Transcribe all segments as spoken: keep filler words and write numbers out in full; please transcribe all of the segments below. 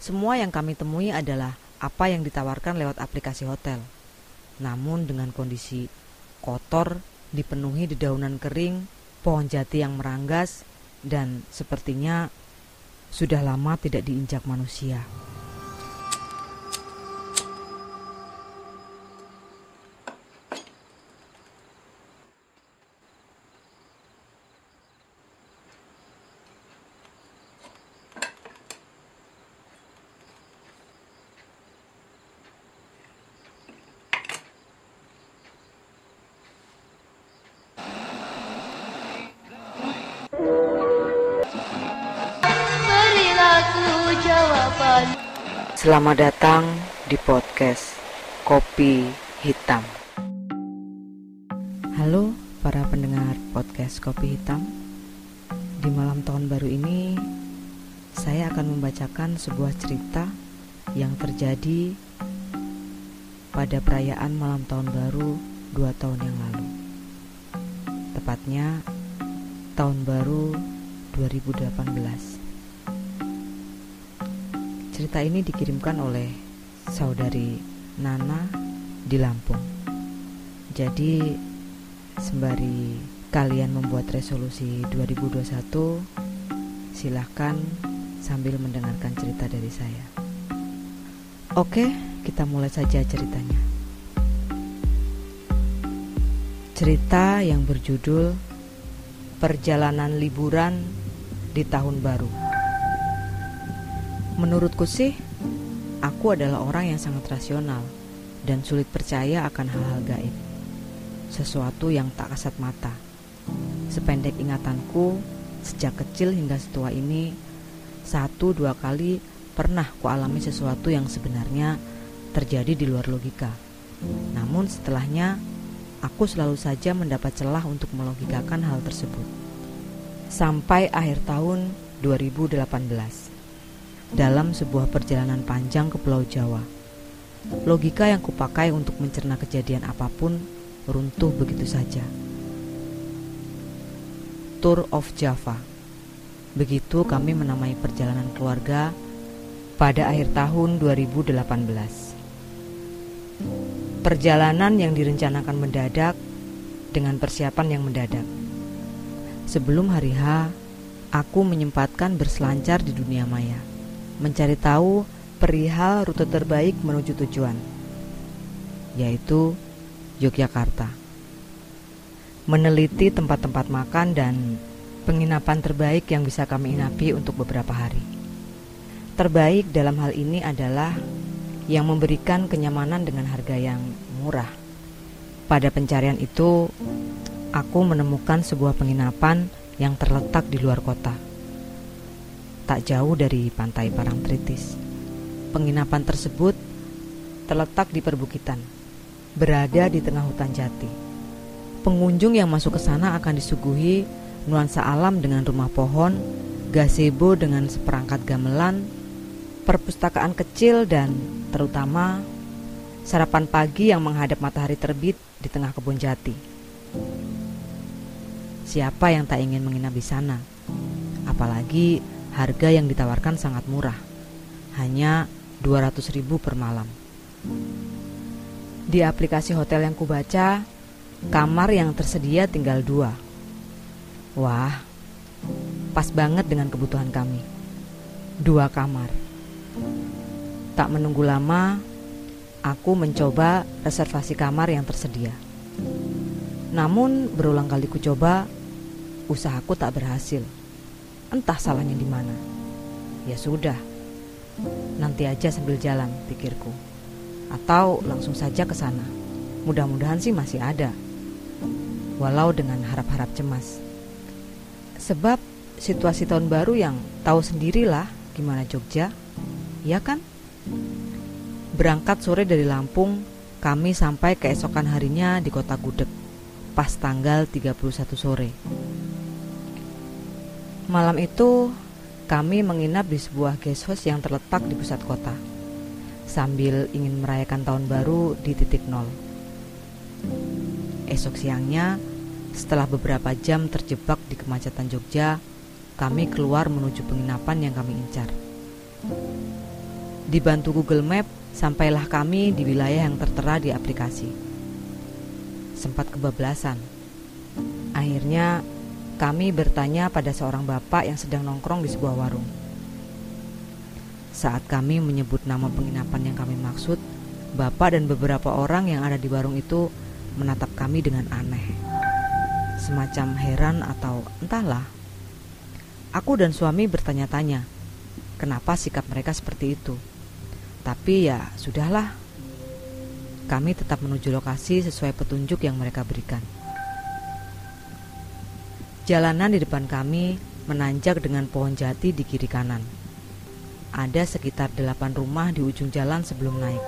Semua yang kami temui adalah apa yang ditawarkan lewat aplikasi hotel. Namun dengan kondisi kotor, dipenuhi dedaunan kering, pohon jati yang meranggas, dan sepertinya sudah lama tidak diinjak manusia. Selamat datang di podcast Kopi Hitam. Halo para pendengar podcast Kopi Hitam. Di malam tahun baru ini, saya akan membacakan sebuah cerita yang terjadi pada perayaan malam tahun baru dua tahun yang lalu. Tepatnya tahun baru dua ribu delapan belas. Cerita ini dikirimkan oleh saudari Nana di Lampung. Jadi sembari kalian membuat resolusi dua ribu dua puluh satu, silahkan sambil mendengarkan cerita dari saya. Oke, kita mulai saja ceritanya. Cerita yang berjudul Perjalanan Liburan di Tahun Baru. Menurutku sih, aku adalah orang yang sangat rasional dan sulit percaya akan hal-hal gaib. Sesuatu yang tak kasat mata. Sependek ingatanku, sejak kecil hingga setua ini, satu dua kali pernah kualami sesuatu yang sebenarnya terjadi di luar logika. Namun setelahnya, aku selalu saja mendapat celah untuk melogikakan hal tersebut. Sampai akhir tahun dua ribu delapan belas. Dalam sebuah perjalanan panjang ke Pulau Jawa, logika yang kupakai untuk mencerna kejadian apapun runtuh begitu saja. Tour of Java. Begitu kami menamai perjalanan keluarga pada akhir tahun dua ribu delapan belas. Perjalanan yang direncanakan mendadak dengan persiapan yang mendadak. Sebelum hari H, aku menyempatkan berselancar di dunia maya, mencari tahu perihal rute terbaik menuju tujuan, yaitu Yogyakarta. Meneliti tempat-tempat makan dan penginapan terbaik yang bisa kami inapi untuk beberapa hari. Terbaik dalam hal ini adalah yang memberikan kenyamanan dengan harga yang murah. Pada pencarian itu, aku menemukan sebuah penginapan yang terletak di luar kota, tak jauh dari pantai Parangtritis. Penginapan tersebut terletak di perbukitan, berada di tengah hutan jati. Pengunjung yang masuk ke sana akan disuguhi nuansa alam dengan rumah pohon, gazebo dengan seperangkat gamelan, perpustakaan kecil, dan terutama sarapan pagi yang menghadap matahari terbit di tengah kebun jati. Siapa yang tak ingin menginap di sana? Apalagi harga yang ditawarkan sangat murah, hanya dua ratus ribu per malam. Di aplikasi hotel yang kubaca, kamar yang tersedia tinggal dua. Wah, pas banget dengan kebutuhan kami. Dua kamar. Tak menunggu lama, aku mencoba reservasi kamar yang tersedia. Namun berulang kali ku coba, usahaku tak berhasil. Entah salahnya di mana. Ya sudah, nanti aja sambil jalan, pikirku. Atau langsung saja ke sana. Mudah-mudahan sih masih ada. Walau dengan harap-harap cemas. Sebab situasi tahun baru yang tahu sendirilah gimana Jogja, ya kan? Berangkat sore dari Lampung, kami sampai keesokan harinya di kota Gudeg, pas tanggal tiga puluh satu sore. Malam itu kami menginap di sebuah guest house yang terletak di pusat kota, sambil ingin merayakan tahun baru di titik nol. Esok siangnya, setelah beberapa jam terjebak di kemacetan Jogja, kami keluar menuju penginapan yang kami incar. Dibantu Google Map, sampailah kami di wilayah yang tertera di aplikasi. Sempat kebablasan. Akhirnya kami bertanya pada seorang bapak yang sedang nongkrong di sebuah warung. Saat kami menyebut nama penginapan yang kami maksud, bapak dan beberapa orang yang ada di warung itu menatap kami dengan aneh, semacam heran atau entahlah. Aku dan suami bertanya-tanya, kenapa sikap mereka seperti itu. Tapi ya sudahlah. Kami tetap menuju lokasi sesuai petunjuk yang mereka berikan. Jalanan di depan kami menanjak dengan pohon jati di kiri kanan. Ada sekitar delapan rumah di ujung jalan sebelum naik.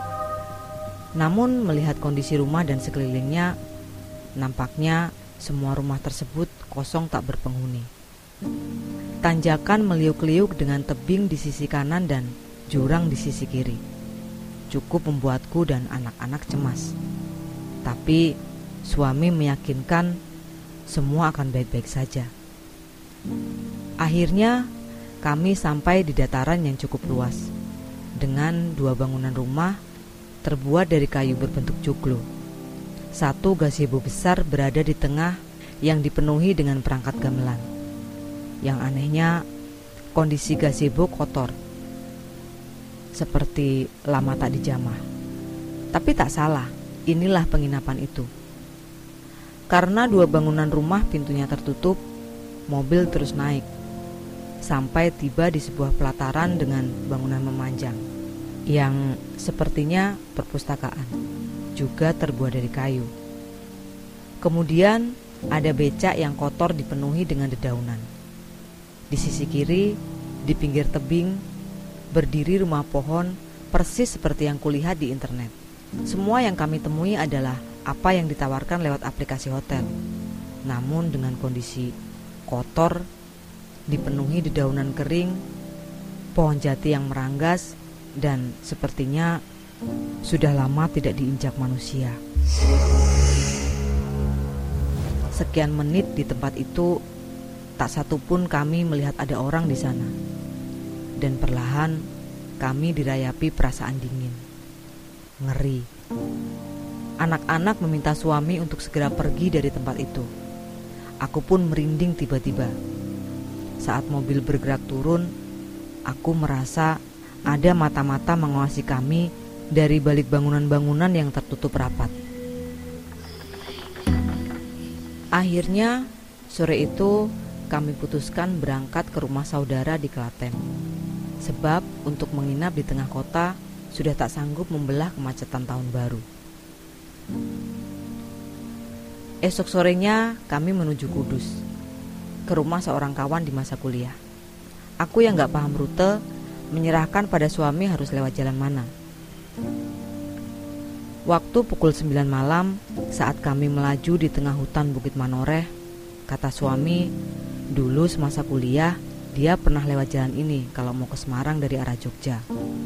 Namun melihat kondisi rumah dan sekelilingnya, nampaknya semua rumah tersebut kosong tak berpenghuni. Tanjakan meliuk-liuk dengan tebing di sisi kanan dan jurang di sisi kiri. Cukup membuatku dan anak-anak cemas. Tapi suami meyakinkan semua akan baik-baik saja. Akhirnya kami sampai di dataran yang cukup luas, dengan dua bangunan rumah terbuat dari kayu berbentuk joglo. Satu gazebo besar berada di tengah yang dipenuhi dengan perangkat gamelan. Yang anehnya, kondisi gazebo kotor, seperti lama tak dijamah. Tapi tak salah, inilah penginapan itu. Karena dua bangunan rumah pintunya tertutup, mobil terus naik, sampai tiba di sebuah pelataran dengan bangunan memanjang, yang sepertinya perpustakaan, juga terbuat dari kayu. Kemudian ada becak yang kotor dipenuhi dengan dedaunan. Di sisi kiri, di pinggir tebing, berdiri rumah pohon persis seperti yang kulihat di internet. Semua yang kami temui adalah apa yang ditawarkan lewat aplikasi hotel, namun dengan kondisi kotor, dipenuhi dedaunan kering, pohon jati yang meranggas, dan sepertinya sudah lama tidak diinjak manusia. Sekian menit di tempat itu, tak satupun kami melihat ada orang di sana. Dan perlahan kami dirayapi perasaan dingin, ngeri. Anak-anak meminta suami untuk segera pergi dari tempat itu. Aku pun merinding tiba-tiba. Saat mobil bergerak turun, aku merasa ada mata-mata mengawasi kami dari balik bangunan-bangunan yang tertutup rapat. Akhirnya sore itu kami putuskan berangkat ke rumah saudara di Klaten. Sebab untuk menginap di tengah kota sudah tak sanggup membelah kemacetan tahun baru. Esok sorenya kami menuju Kudus, ke rumah seorang kawan di masa kuliah. Aku yang gak paham rute menyerahkan pada suami harus lewat jalan mana. Waktu pukul sembilan malam, saat kami melaju di tengah hutan Bukit Manoreh, kata suami, dulu semasa kuliah dia pernah lewat jalan ini kalau mau ke Semarang dari arah Jogja.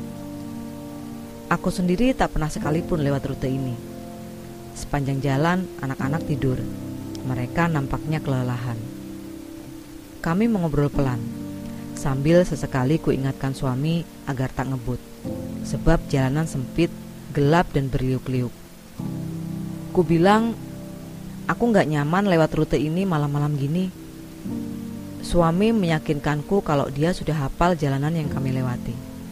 Aku sendiri tak pernah sekalipun lewat rute ini. Sepanjang jalan anak-anak tidur. Mereka nampaknya kelelahan. Kami mengobrol pelan, sambil sesekali kuingatkan suami agar tak ngebut, sebab jalanan sempit, gelap dan berliuk-liuk. Ku bilang, aku gak nyaman lewat rute ini malam-malam gini. Suami meyakinkanku kalau dia sudah hafal jalanan yang kami lewati.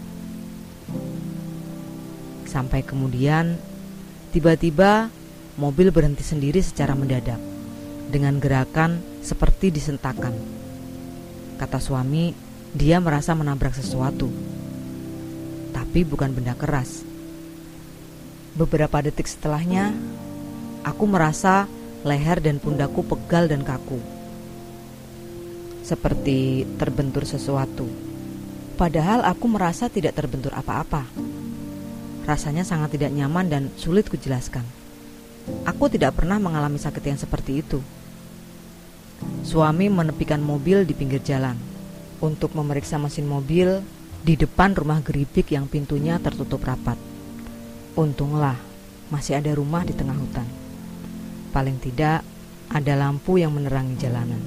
Sampai kemudian, tiba-tiba mobil berhenti sendiri secara mendadak, dengan gerakan seperti disentakan. Kata suami, dia merasa menabrak sesuatu, tapi bukan benda keras. Beberapa detik setelahnya, aku merasa leher dan pundakku pegal dan kaku, seperti terbentur sesuatu. Padahal aku merasa tidak terbentur apa-apa. Rasanya sangat tidak nyaman dan sulit kujelaskan. Aku tidak pernah mengalami sakit yang seperti itu. Suami menepikan mobil di pinggir jalan untuk memeriksa mesin mobil di depan rumah geribik yang pintunya tertutup rapat. Untunglah masih ada rumah di tengah hutan. Paling tidak ada lampu yang menerangi jalanan.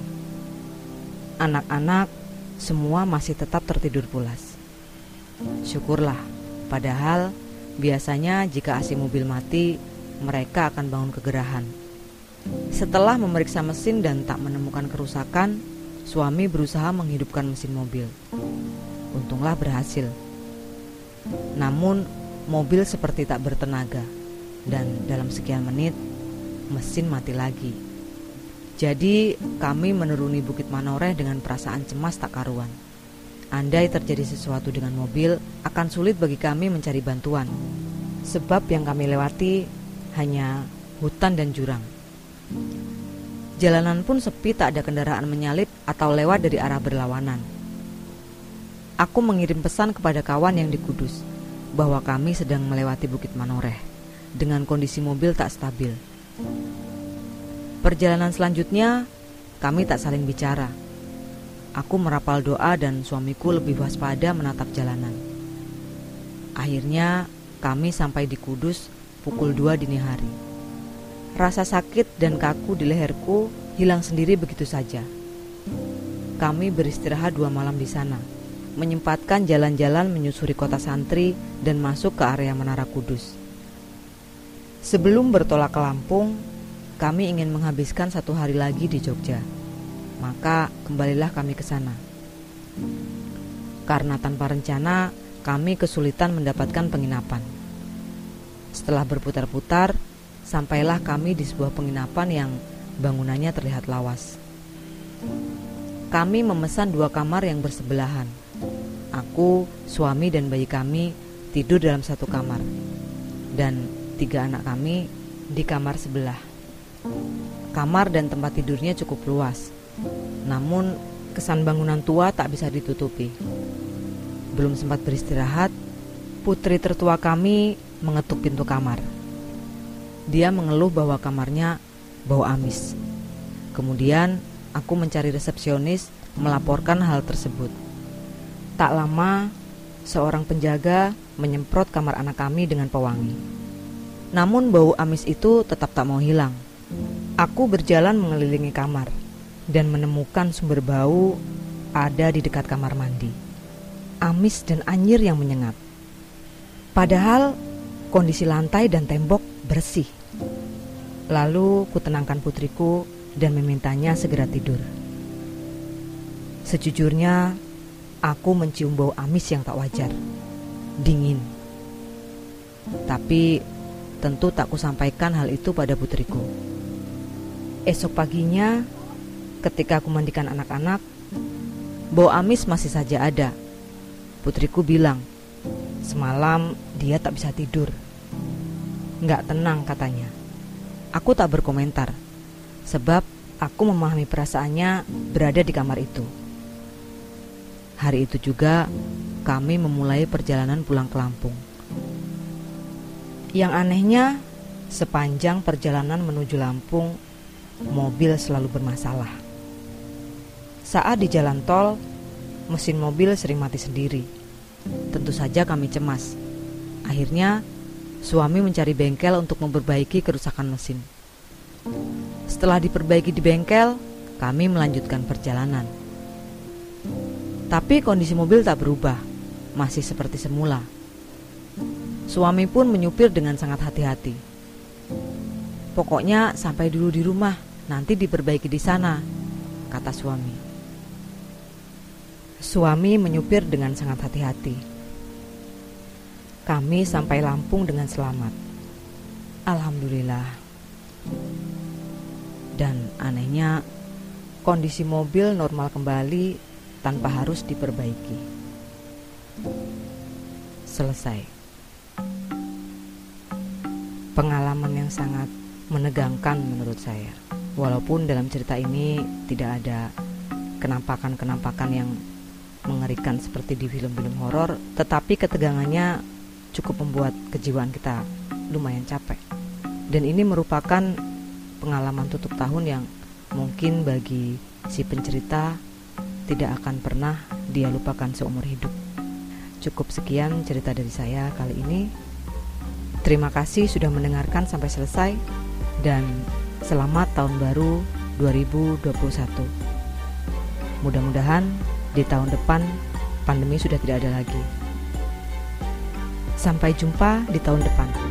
Anak-anak semua masih tetap tertidur pulas. Syukurlah. Padahal biasanya jika A C mobil mati, mereka akan bangun kegerahan. Setelah memeriksa mesin dan tak menemukan kerusakan, suami berusaha menghidupkan mesin mobil. Untunglah berhasil. Namun mobil seperti tak bertenaga, dan dalam sekian menit mesin mati lagi. Jadi kami menuruni Bukit Manoreh dengan perasaan cemas tak karuan. Andai terjadi sesuatu dengan mobil, akan sulit bagi kami mencari bantuan. Sebab yang kami lewati hanya hutan dan jurang. Jalanan pun sepi, tak ada kendaraan menyalip atau lewat dari arah berlawanan. Aku mengirim pesan kepada kawan yang di Kudus bahwa kami sedang melewati Bukit Manoreh dengan kondisi mobil tak stabil. Perjalanan selanjutnya kami tak saling bicara. Aku merapal doa dan suamiku lebih waspada menatap jalanan. Akhirnya kami sampai di Kudus pukul dua dini hari. Rasa sakit dan kaku di leherku hilang sendiri begitu saja. Kami beristirahat dua malam di sana, menyempatkan jalan-jalan menyusuri kota santri dan masuk ke area Menara Kudus. Sebelum bertolak ke Lampung, kami ingin menghabiskan satu hari lagi di Jogja. Maka kembalilah kami ke sana. Karena tanpa rencana, kami kesulitan mendapatkan penginapan. Setelah berputar-putar, sampailah kami di sebuah penginapan yang bangunannya terlihat lawas. Kami memesan dua kamar yang bersebelahan. Aku, suami dan bayi kami tidur dalam satu kamar, dan tiga anak kami di kamar sebelah. Kamar dan tempat tidurnya cukup luas, namun kesan bangunan tua tak bisa ditutupi. Belum sempat beristirahat, putri tertua kami mengetuk pintu kamar. Dia mengeluh bahwa kamarnya bau amis. Kemudian aku mencari resepsionis melaporkan hal tersebut. Tak lama, seorang penjaga menyemprot kamar anak kami dengan pewangi. Namun bau amis itu tetap tak mau hilang. Aku berjalan mengelilingi kamar dan menemukan sumber bau ada di dekat kamar mandi. Amis dan anyir yang menyengat. Padahal kondisi lantai dan tembok bersih. Lalu kutenangkan putriku dan memintanya segera tidur. Sejujurnya, aku mencium bau amis yang tak wajar, dingin. Tapi tentu tak kusampaikan hal itu pada putriku. Esok paginya, ketika aku mandikan anak-anak, bau amis masih saja ada. Putriku bilang, semalam dia tak bisa tidur. Nggak tenang katanya. Aku tak berkomentar, sebab aku memahami perasaannya berada di kamar itu. Hari itu juga kami memulai perjalanan pulang ke Lampung. Yang anehnya, sepanjang perjalanan menuju Lampung, mobil selalu bermasalah. Saat di jalan tol, mesin mobil sering mati sendiri. Tentu saja kami cemas. Akhirnya, suami mencari bengkel untuk memperbaiki kerusakan mesin. Setelah diperbaiki di bengkel, kami melanjutkan perjalanan. Tapi kondisi mobil tak berubah, masih seperti semula. Suami pun menyupir dengan sangat hati-hati. Pokoknya sampai dulu di rumah, nanti diperbaiki di sana, kata suami. Suami menyupir dengan sangat hati-hati. Kami sampai Lampung dengan selamat. Alhamdulillah. Dan anehnya, kondisi mobil normal kembali tanpa harus diperbaiki. Selesai. Pengalaman yang sangat menegangkan menurut saya. Walaupun dalam cerita ini tidak ada kenampakan-kenampakan yang mengerikan seperti di film-film horor, tetapi ketegangannya cukup membuat kejiwaan kita lumayan capek. Dan ini merupakan pengalaman tutup tahun yang mungkin bagi si pencerita tidak akan pernah dia lupakan seumur hidup. Cukup sekian cerita dari saya kali ini. Terima kasih sudah mendengarkan sampai selesai, dan selamat tahun baru dua ribu dua puluh satu. Mudah-mudahan di tahun depan pandemi sudah tidak ada lagi. Sampai jumpa di tahun depan.